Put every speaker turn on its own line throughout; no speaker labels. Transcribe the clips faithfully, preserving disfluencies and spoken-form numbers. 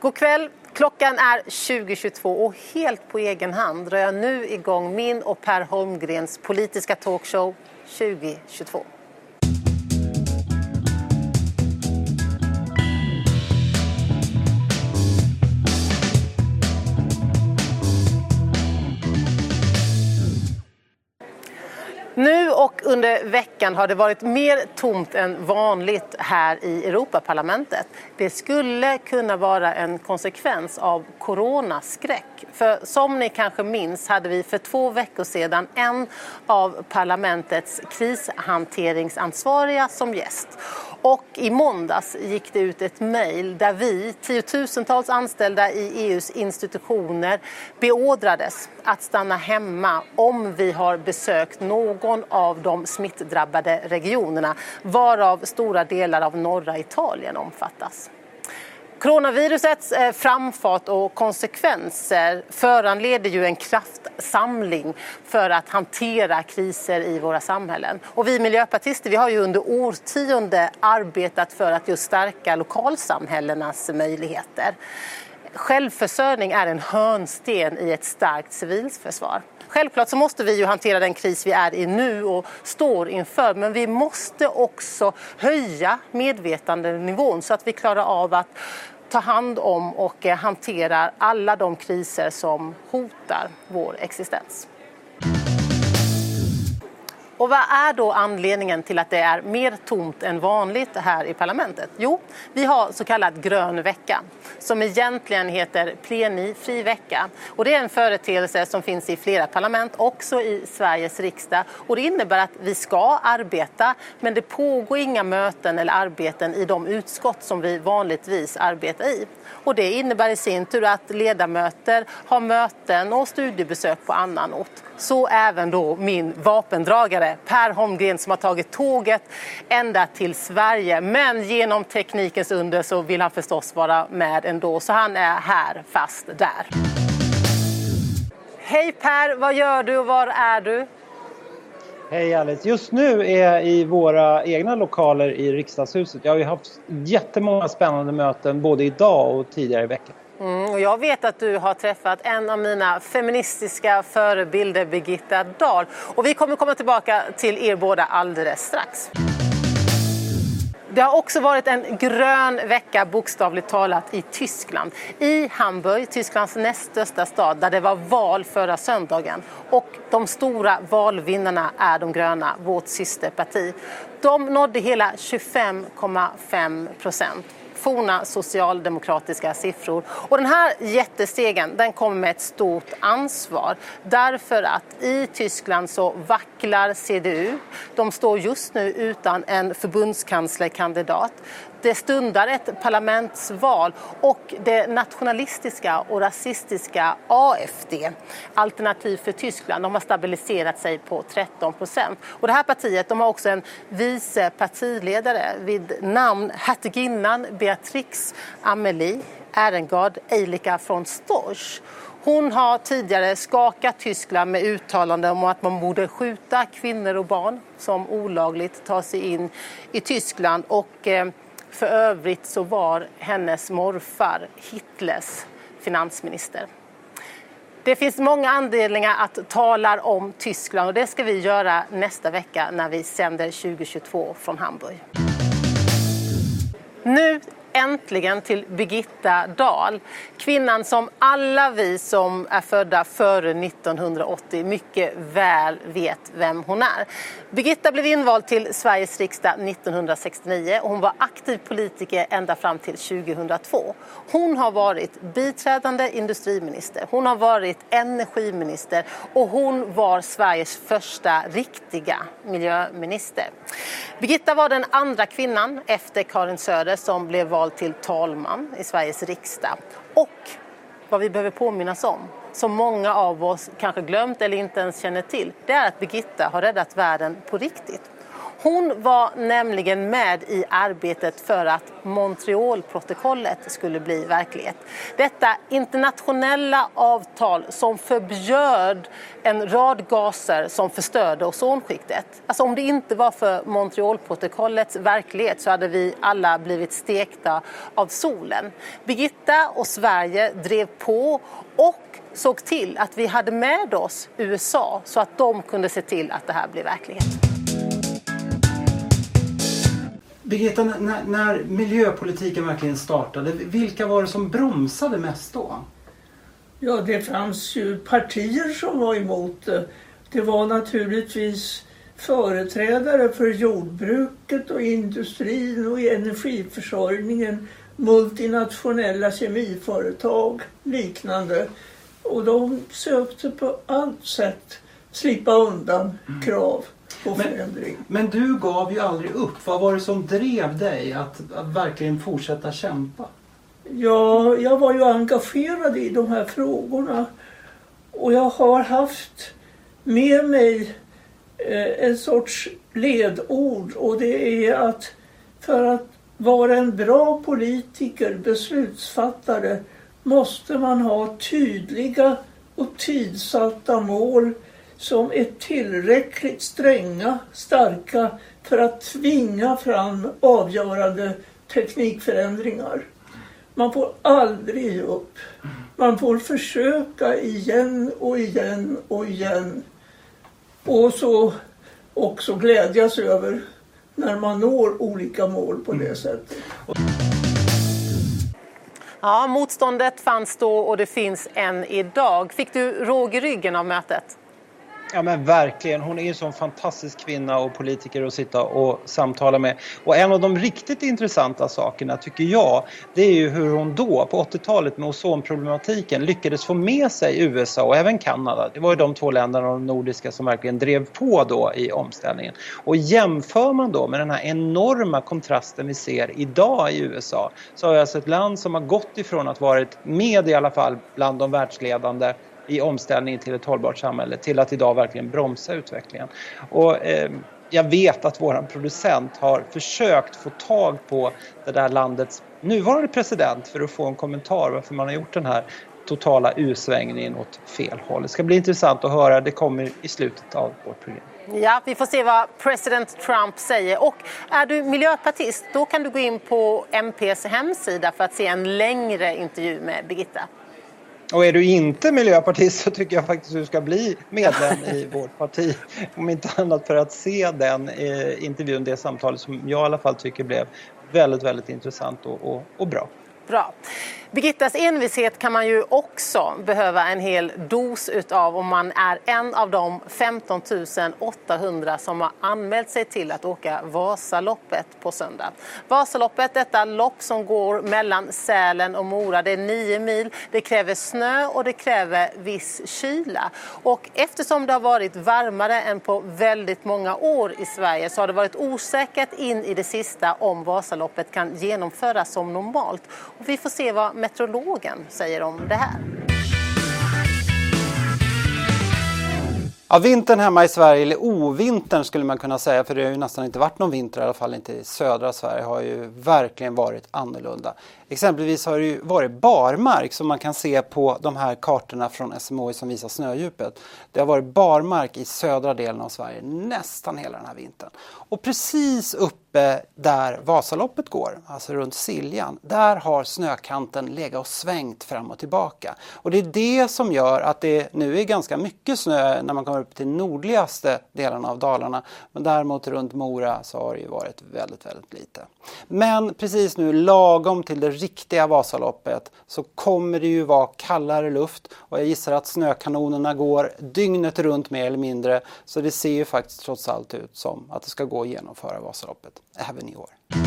God kväll, klockan är tjugo tjugotvå och helt på egen hand drar jag nu igång min och Per Holmgrens politiska talkshow tjugo tjugotvå. Nu och under veckan har det varit mer tomt än vanligt här i Europaparlamentet. Det skulle kunna vara en konsekvens av coronaskräck. För som ni kanske minns hade vi för två veckor sedan en av parlamentets krishanteringsansvariga som gäst. Och i måndags gick det ut ett mejl där vi, tiotusentals anställda i E U:s institutioner, beordrades att stanna hemma om vi har besökt någon av de smittdrabbade regionerna, varav stora delar av norra Italien omfattas. Coronavirusets framfart och konsekvenser föranleder ju en kraftsamling för att hantera kriser i våra samhällen. Och vi miljöpartister vi har ju under årtionde arbetat för att just stärka lokalsamhällenas möjligheter. Självförsörjning är en hörnsten i ett starkt civilförsvar. Självklart så måste vi ju hantera den kris vi är i nu och står inför, men vi måste också höja medvetandenivån så att vi klarar av att ta hand om och hantera alla de kriser som hotar vår existens. Och vad är då anledningen till att det är mer tomt än vanligt här i parlamentet? Jo, vi har så kallad grön vecka som egentligen heter plenifri vecka. Och det är en företeelse som finns i flera parlament, också i Sveriges riksdag. Och det innebär att vi ska arbeta, men det pågår inga möten eller arbeten i de utskott som vi vanligtvis arbetar i. Och det innebär i sin tur att ledamöter har möten och studiebesök på annan ort. Så även då min vapendragare Per Holmgren som har tagit tåget ända till Sverige. Men genom teknikens under så vill han förstås vara med ändå. Så han är här fast där. Hej Per, vad gör du och var är du?
Hej Alice, just nu är jag i våra egna lokaler i riksdagshuset. Jag har ju haft jättemånga spännande möten både idag och tidigare i veckan.
Mm, och jag vet att du har träffat en av mina feministiska förebilder, Birgitta Dahl. Och vi kommer komma tillbaka till er båda alldeles strax. Det har också varit en grön vecka bokstavligt talat i Tyskland. I Hamburg, Tysklands näst största stad, där det var val förra söndagen. Och de stora valvinnarna är de gröna, vårt systerparti. De nådde hela tjugofem komma fem procent. Forna socialdemokratiska siffror. Och den här jättestegen den kommer med ett stort ansvar. Därför att i Tyskland så vacklar C D U. De står just nu utan en förbundskanslerkandidat. Det stundar ett parlamentsval och det nationalistiska och rasistiska A F D, Alternativ för Tyskland, de har stabiliserat sig på tretton procent. Och det här partiet de har också en vice partiledare vid namn hertiginnan Beatrix Amelie Ehrengard Eilika från Storch. Hon har tidigare skakat Tyskland med uttalanden om att man borde skjuta kvinnor och barn som olagligt tar sig in i Tyskland. Och eh, för övrigt så var hennes morfar Hitlers finansminister. Det finns många anledningar att tala om Tyskland och det ska vi göra nästa vecka när vi sänder tjugo tjugotvå från Hamburg. Nu äntligen till Birgitta Dahl, kvinnan som alla vi som är födda före nittonhundraåttio mycket väl vet vem hon är. Birgitta blev invald till Sveriges riksdag nittonhundrasextionio och hon var aktiv politiker ända fram till tjugohundratvå. Hon har varit biträdande industriminister, hon har varit energiminister och hon var Sveriges första riktiga miljöminister. Birgitta var den andra kvinnan efter Karin Söder som blev vald till talman i Sveriges riksdag. Och vad vi behöver påminnas om, som många av oss kanske glömt eller inte ens känner till, det är att Birgitta har räddat världen på riktigt. Hon var nämligen med i arbetet för att Montrealprotokollet skulle bli verklighet. Detta internationella avtal som förbjöd en rad gaser som förstörde ozonskiktet. Alltså om det inte var för Montrealprotokollets verklighet så hade vi alla blivit stekta av solen. Birgitta och Sverige drev på och såg till att vi hade med oss U S A så att de kunde se till att det här blev verklighet.
Birgitta, när, när miljöpolitiken verkligen startade, vilka var det som bromsade mest då?
Ja, det fanns ju partier som var emot det. Det var naturligtvis företrädare för jordbruket och industrin och energiförsörjningen, multinationella kemiföretag, liknande. Och de sökte på allt sätt slippa undan krav på förändring.
Men, men du gav ju aldrig upp. Vad var det som drev dig att, att verkligen fortsätta kämpa?
Ja, jag var ju engagerad i de här frågorna. Och jag har haft med mig eh, en sorts ledord. Och det är att för att vara en bra politiker, beslutsfattare, måste man ha tydliga och tidsatta mål som är tillräckligt stränga, starka för att tvinga fram avgörande teknikförändringar. Man får aldrig ge upp. Man får försöka igen och igen och igen. Och så också glädjas över när man når olika mål på det sättet.
Ja, motståndet fanns då och det finns än idag. Fick du råg i ryggen av mötet?
Ja men verkligen, hon är ju en sån fantastisk kvinna och politiker att sitta och samtala med. Och en av de riktigt intressanta sakerna tycker jag, det är ju hur hon då på åttiotalet med ozonproblematiken lyckades få med sig U S A och även Kanada. Det var ju de två länderna, de nordiska, som verkligen drev på då i omställningen. Och jämför man då med den här enorma kontrasten vi ser idag i U S A, så har jag alltså ett land som har gått ifrån att varit med i alla fall bland de världsledande i omställningen till ett hållbart samhälle till att idag verkligen bromsa utvecklingen. Och eh, jag vet att våran producent har försökt få tag på det där landets nuvarande president för att få en kommentar varför man har gjort den här totala ursvängningen åt fel håll. Det ska bli intressant att höra, det kommer i slutet av vårt program.
Ja, vi får se vad president Trump säger. Och är du miljöpartist, då kan du gå in på M P:s hemsida för att se en längre intervju med Birgitta.
Och är du inte miljöpartist så tycker jag faktiskt att du ska bli medlem i vårt parti. Om inte annat för att se den eh, intervjun, det samtalet som jag i alla fall tycker blev väldigt, väldigt intressant och, och, och bra.
Bra. Birgittas envishet kan man ju också behöva en hel dos utav om man är en av de femton tusen åttahundra som har anmält sig till att åka Vasaloppet på söndag. Vasaloppet, detta lopp som går mellan Sälen och Mora, det är nio mil, det kräver snö och det kräver viss kyla. Och eftersom det har varit varmare än på väldigt många år i Sverige så har det varit osäkert in i det sista om Vasaloppet kan genomföras som normalt. Och vi får se vad meteorologen säger om det här.
Ja, vintern hemma i Sverige, eller ovintern skulle man kunna säga, för det har ju nästan inte varit någon vinter, i alla fall inte i södra Sverige, har ju verkligen varit annorlunda. Exempelvis har det ju varit barmark som man kan se på de här kartorna från S M H I som visar snödjupet. Det har varit barmark i södra delen av Sverige nästan hela den här vintern. Och precis uppe där Vasaloppet går, alltså runt Siljan, där har snökanten legat och svängt fram och tillbaka. Och det är det som gör att det nu är ganska mycket snö när man kommer upp till nordligaste delarna av Dalarna. Men däremot runt Mora så har det ju varit väldigt, väldigt lite. Men precis nu, lagom till det riktiga Vasaloppet, så kommer det ju vara kallare luft. Och jag gissar att snökanonerna går dygnet runt mer eller mindre. Så det ser ju faktiskt trots allt ut som att det ska gå att genomföra Vasaloppet även i år.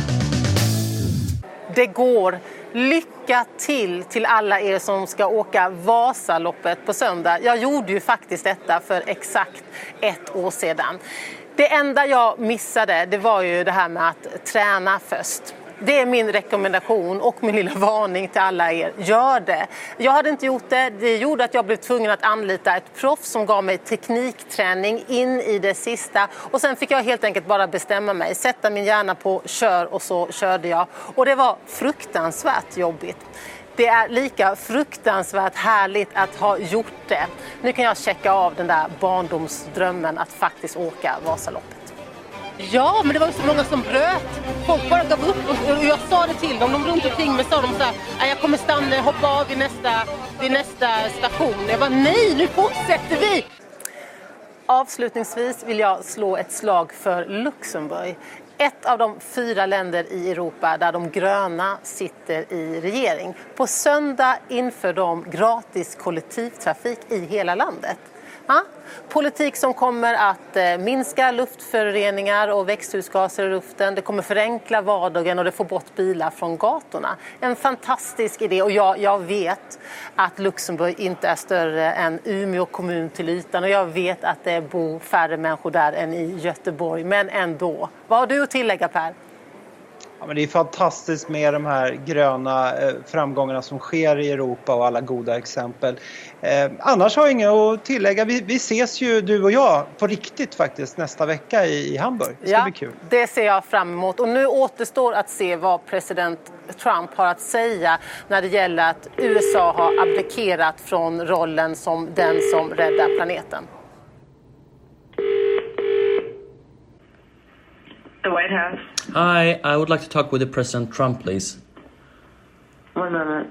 Det går. Lycka till till alla er som ska åka Vasaloppet på söndag. Jag gjorde ju faktiskt detta för exakt ett år sedan. Det enda jag missade, det var ju det här med att träna först. Det är min rekommendation och min lilla varning till alla er. Gör det. Jag hade inte gjort det. Det gjorde att jag blev tvungen att anlita ett proffs som gav mig teknikträning in i det sista. Och sen fick jag helt enkelt bara bestämma mig. Sätta min hjärna på kör och så körde jag. Och det var fruktansvärt jobbigt. Det är lika fruktansvärt härligt att ha gjort det. Nu kan jag checka av den där barndomsdrömmen att faktiskt åka Vasaloppet. Ja, men det var ju så många som bröt. Folk bara gav upp och jag sa det till dem. De runt omkring mig sa de så här, jag kommer stanna, hoppa av vid nästa, vid nästa station. Jag bara, nej, nu fortsätter vi! Avslutningsvis vill jag slå ett slag för Luxemburg. Ett av de fyra länder i Europa där de gröna sitter i regering. På söndag inför de gratis kollektivtrafik i hela landet. Ja, politik som kommer att eh, minska luftföroreningar och växthusgaser i luften. Det kommer förenkla vardagen och det får bort bilar från gatorna. En fantastisk idé och jag, jag vet att Luxemburg inte är större än Umeå kommun till ytan. Och jag vet att det bor färre människor där än i Göteborg. Men ändå. Vad har du att tillägga, Per?
Ja, men det är fantastiskt med de här gröna eh, framgångarna som sker i Europa och alla goda exempel. Eh, annars har jag inget att tillägga. Vi, vi ses ju, du och jag, på riktigt faktiskt nästa vecka i, i Hamburg. Det ska
ja,
bli kul.
Det ser jag fram emot. Och nu återstår att se vad president Trump har att säga när det gäller att U S A har abdikerat från rollen som den som räddar planeten.
The White House.
Hi, I would like to talk with the President Trump, please.
One moment.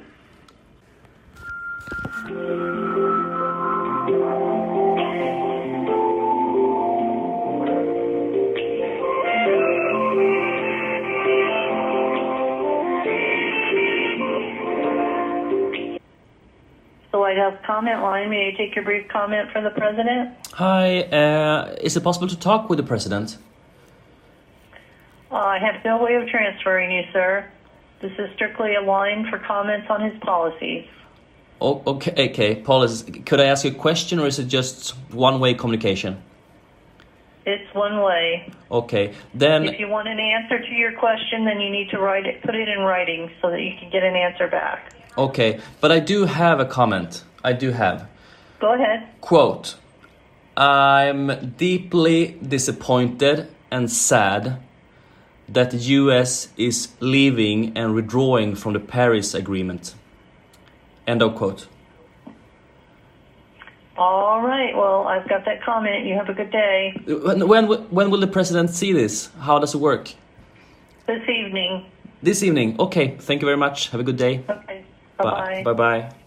The White House comment line. May I take your brief comment for the President?
Hi, uh, is it possible to talk with the President?
Uh, I have no way of transferring you, sir. This is strictly a line for comments on his policies.
Oh, okay, okay. Policies. Could I ask you a question, or is it just one-way communication?
It's one way.
Okay, then...
If you want an answer to your question, then you need to write it, put it in writing so that you can get an answer back.
Okay, but I do have a comment. I do have.
Go ahead.
Quote, I'm deeply disappointed and sad that the U S is leaving and withdrawing from the Paris Agreement. End of quote.
All right. Well, I've got that comment. You have a good day.
When, when, when will the president see this? How does it work?
This evening.
This evening. Okay. Thank you very much. Have a good day.
Okay. Bye-bye.
Bye. Bye-bye.